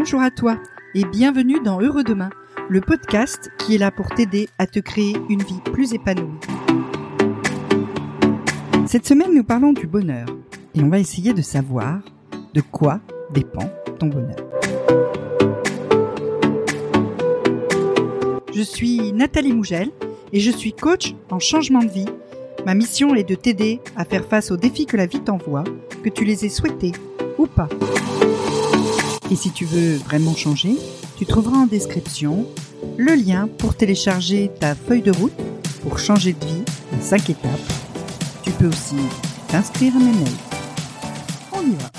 Bonjour à toi et bienvenue dans Heureux Demain, le podcast qui est là pour t'aider à te créer une vie plus épanouie. Cette semaine, nous parlons du bonheur et on va essayer de savoir de quoi dépend ton bonheur. Je suis Nathalie Mougel et je suis coach en changement de vie. Ma mission est de t'aider à faire face aux défis que la vie t'envoie, que tu les aies souhaités ou pas. Et si tu veux vraiment changer, tu trouveras en description le lien pour télécharger ta feuille de route pour changer de vie en 5 étapes. Tu peux aussi t'inscrire à mes mails. On y va.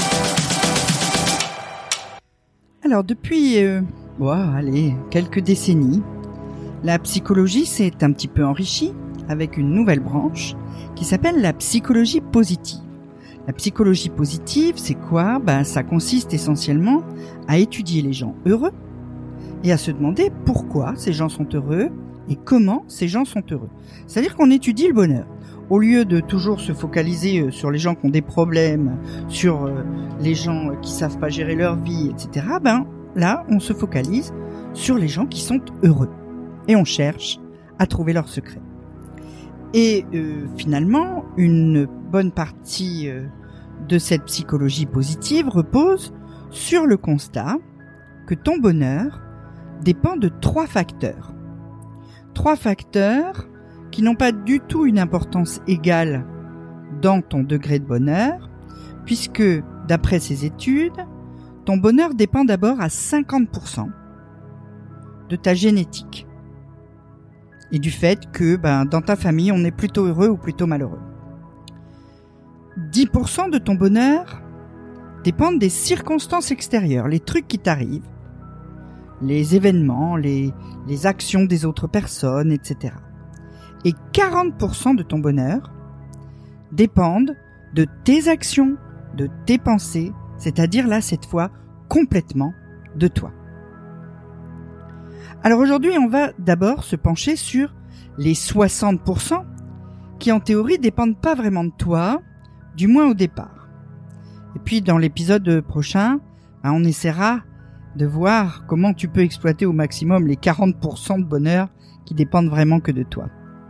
Alors depuis quelques décennies, la psychologie s'est un petit peu enrichie avec une nouvelle branche qui s'appelle la psychologie positive. La psychologie positive, c'est quoi ? Ça consiste essentiellement à étudier les gens heureux et à se demander pourquoi ces gens sont heureux et comment ces gens sont heureux. C'est-à-dire qu'on étudie le bonheur. Au lieu de toujours se focaliser sur les gens qui ont des problèmes, sur les gens qui savent pas gérer leur vie, etc., là, on se focalise sur les gens qui sont heureux. Et on cherche à trouver leur secret. Et finalement, une bonne partie de cette psychologie positive repose sur le constat que ton bonheur dépend de 3 facteurs. 3 facteurs qui n'ont pas du tout une importance égale dans ton degré de bonheur, puisque, d'après ces études, ton bonheur dépend d'abord à 50% de ta génétique. Et du fait que dans ta famille, on est plutôt heureux ou plutôt malheureux. 10% de ton bonheur dépendent des circonstances extérieures, les trucs qui t'arrivent, les événements, les actions des autres personnes, etc. Et 40% de ton bonheur dépendent de tes actions, de tes pensées, c'est-à-dire là, cette fois, complètement de toi. Alors aujourd'hui, on va d'abord se pencher sur les 60% qui en théorie dépendent pas vraiment de toi, du moins au départ. Et puis dans l'épisode prochain, on essaiera de voir comment tu peux exploiter au maximum les 40% de bonheur qui dépendent vraiment que de toi.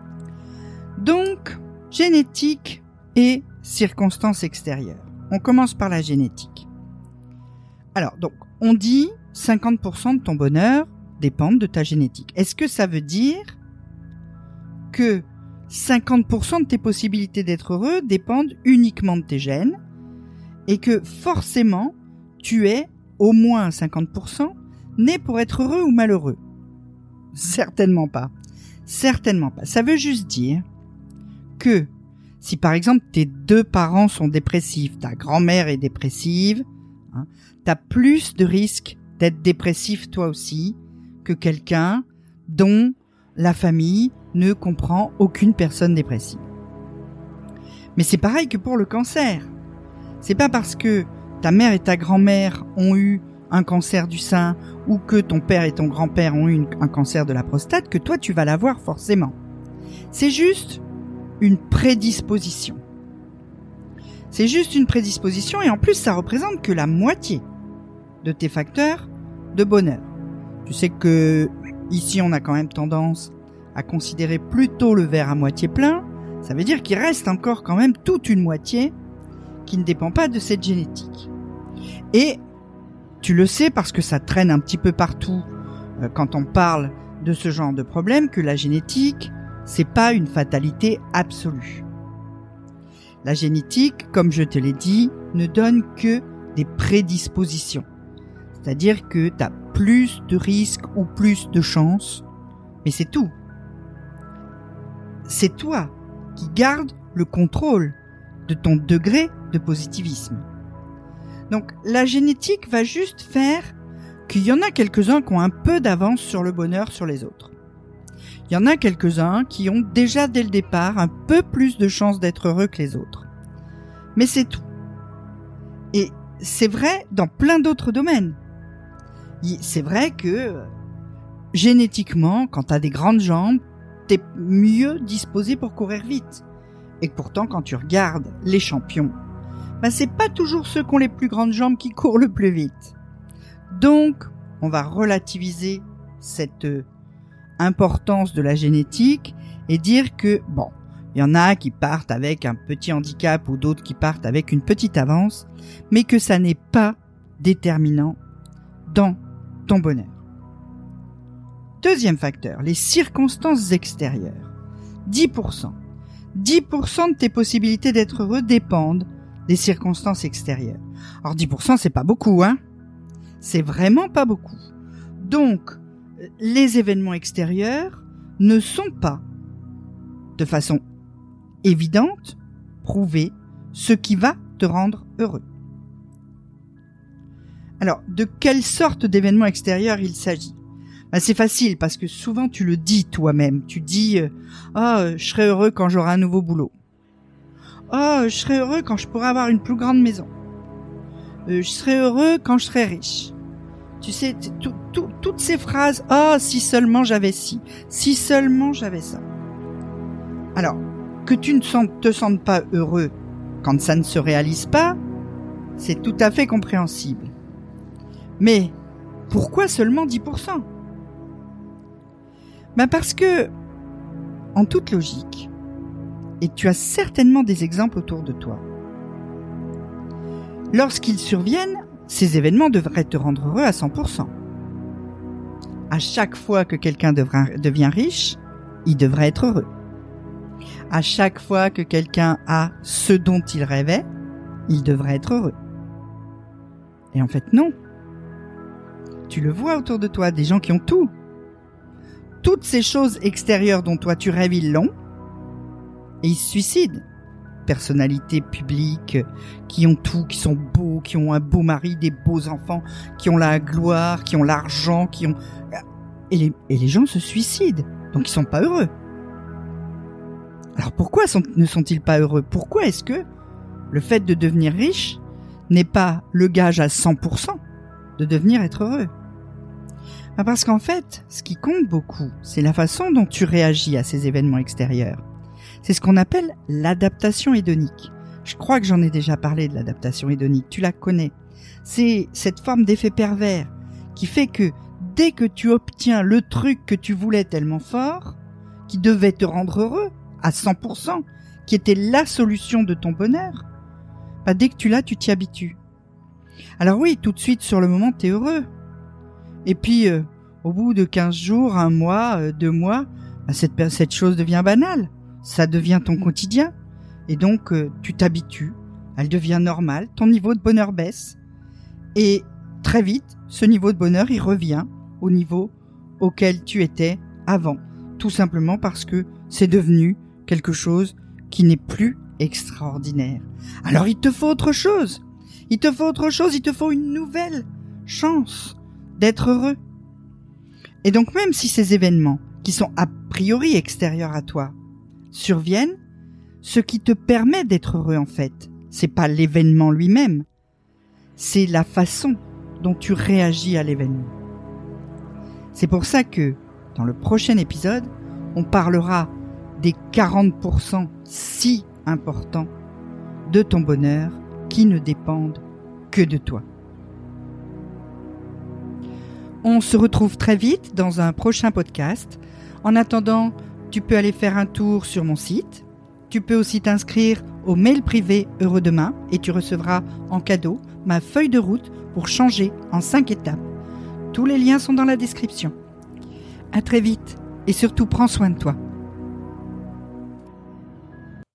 Donc, génétique et circonstances extérieures. On commence par la génétique. Alors, donc, on dit 50% de ton bonheur dépendent de ta génétique. Est-ce que ça veut dire que 50% de tes possibilités d'être heureux dépendent uniquement de tes gènes et que forcément tu es au moins 50% né pour être heureux ou malheureux ? Certainement pas. Certainement pas. Ça veut juste dire que si par exemple tes 2 parents sont dépressifs, ta grand-mère est dépressive, t'as plus de risques d'être dépressif toi aussi que quelqu'un dont la famille ne comprend aucune personne dépressive. Mais c'est pareil que pour le cancer. C'est pas parce que ta mère et ta grand-mère ont eu un cancer du sein ou que ton père et ton grand-père ont eu un cancer de la prostate que toi tu vas l'avoir forcément. C'est juste une prédisposition. C'est juste une prédisposition et en plus ça représente que la moitié de tes facteurs de bonheur. Tu sais que ici on a quand même tendance à considérer plutôt le verre à moitié plein. Ça veut dire qu'il reste encore quand même toute une moitié qui ne dépend pas de cette génétique. Et tu le sais parce que ça traîne un petit peu partout quand on parle de ce genre de problème que la génétique, c'est pas une fatalité absolue. La génétique, comme je te l'ai dit, ne donne que des prédispositions. C'est-à-dire que tu as plus de risques ou plus de chances, mais c'est tout. C'est toi qui gardes le contrôle de ton degré de positivisme. Donc la génétique va juste faire qu'il y en a quelques-uns qui ont un peu d'avance sur le bonheur sur les autres. Il y en a quelques-uns qui ont déjà dès le départ un peu plus de chances d'être heureux que les autres. Mais c'est tout. Et c'est vrai dans plein d'autres domaines. C'est vrai que génétiquement, quand tu as des grandes jambes, tu es mieux disposé pour courir vite. Et pourtant, quand tu regardes les champions, c'est pas toujours ceux qui ont les plus grandes jambes qui courent le plus vite. Donc, on va relativiser cette importance de la génétique et dire que, bon, il y en a qui partent avec un petit handicap ou d'autres qui partent avec une petite avance, mais que ça n'est pas déterminant dans ton bonheur. Deuxième facteur, les circonstances extérieures. 10%. 10% de tes possibilités d'être heureux dépendent des circonstances extérieures. Alors 10%, c'est pas beaucoup, hein? C'est vraiment pas beaucoup. Donc, les événements extérieurs ne sont pas, de façon évidente, prouver ce qui va te rendre heureux. Alors, de quelle sorte d'événements extérieurs il s'agit ? C'est facile parce que souvent tu le dis toi-même. Tu dis je serai heureux quand j'aurai un nouveau boulot. Je serai heureux quand je pourrai avoir une plus grande maison. Je serai heureux quand je serai riche. Tu sais, toutes ces phrases, si seulement j'avais ci, si seulement j'avais ça. Alors, que tu ne te sentes pas heureux quand ça ne se réalise pas, c'est tout à fait compréhensible. Mais pourquoi seulement 10% ? Parce que, en toute logique, et tu as certainement des exemples autour de toi, lorsqu'ils surviennent, ces événements devraient te rendre heureux à 100%. À chaque fois que quelqu'un devient riche, il devrait être heureux. À chaque fois que quelqu'un a ce dont il rêvait, il devrait être heureux. Et en fait, non. Tu le vois autour de toi, des gens qui ont tout. Toutes ces choses extérieures dont toi tu rêves, ils l'ont. Et ils se suicident. Personnalités publiques qui ont tout, qui sont beaux, qui ont un beau mari, des beaux enfants, qui ont la gloire, qui ont l'argent, qui ont... Et les gens se suicident. Donc ils sont pas heureux. Alors pourquoi ne sont-ils pas heureux ? Pourquoi est-ce que le fait de devenir riche n'est pas le gage à 100% de devenir être heureux ? Parce qu'en fait, ce qui compte beaucoup, c'est la façon dont tu réagis à ces événements extérieurs. C'est ce qu'on appelle l'adaptation hédonique. Je crois que j'en ai déjà parlé de l'adaptation hédonique, tu la connais. C'est cette forme d'effet pervers qui fait que dès que tu obtiens le truc que tu voulais tellement fort, qui devait te rendre heureux à 100%, qui était la solution de ton bonheur, dès que tu l'as, tu t'y habitues. Alors oui, tout de suite, sur le moment, t'es heureux. Et puis, au bout de 15 jours, 1 mois, 2 mois, cette chose devient banale. Ça devient ton quotidien. Et donc, tu t'habitues. Elle devient normale. Ton niveau de bonheur baisse. Et très vite, ce niveau de bonheur, il revient au niveau auquel tu étais avant. Tout simplement parce que c'est devenu quelque chose qui n'est plus extraordinaire. Alors, il te faut autre chose. Il te faut une nouvelle chance d'être heureux. Et donc même si ces événements, qui sont a priori extérieurs à toi, surviennent, ce qui te permet d'être heureux en fait, c'est pas l'événement lui-même, c'est la façon dont tu réagis à l'événement. C'est pour ça que, dans le prochain épisode, on parlera des 40% si importants de ton bonheur qui ne dépendent que de toi. On se retrouve très vite dans un prochain podcast. En attendant, tu peux aller faire un tour sur mon site. Tu peux aussi t'inscrire au mail privé Heureux Demain et tu recevras en cadeau ma feuille de route pour changer en 5 étapes. Tous les liens sont dans la description. À très vite et surtout prends soin de toi.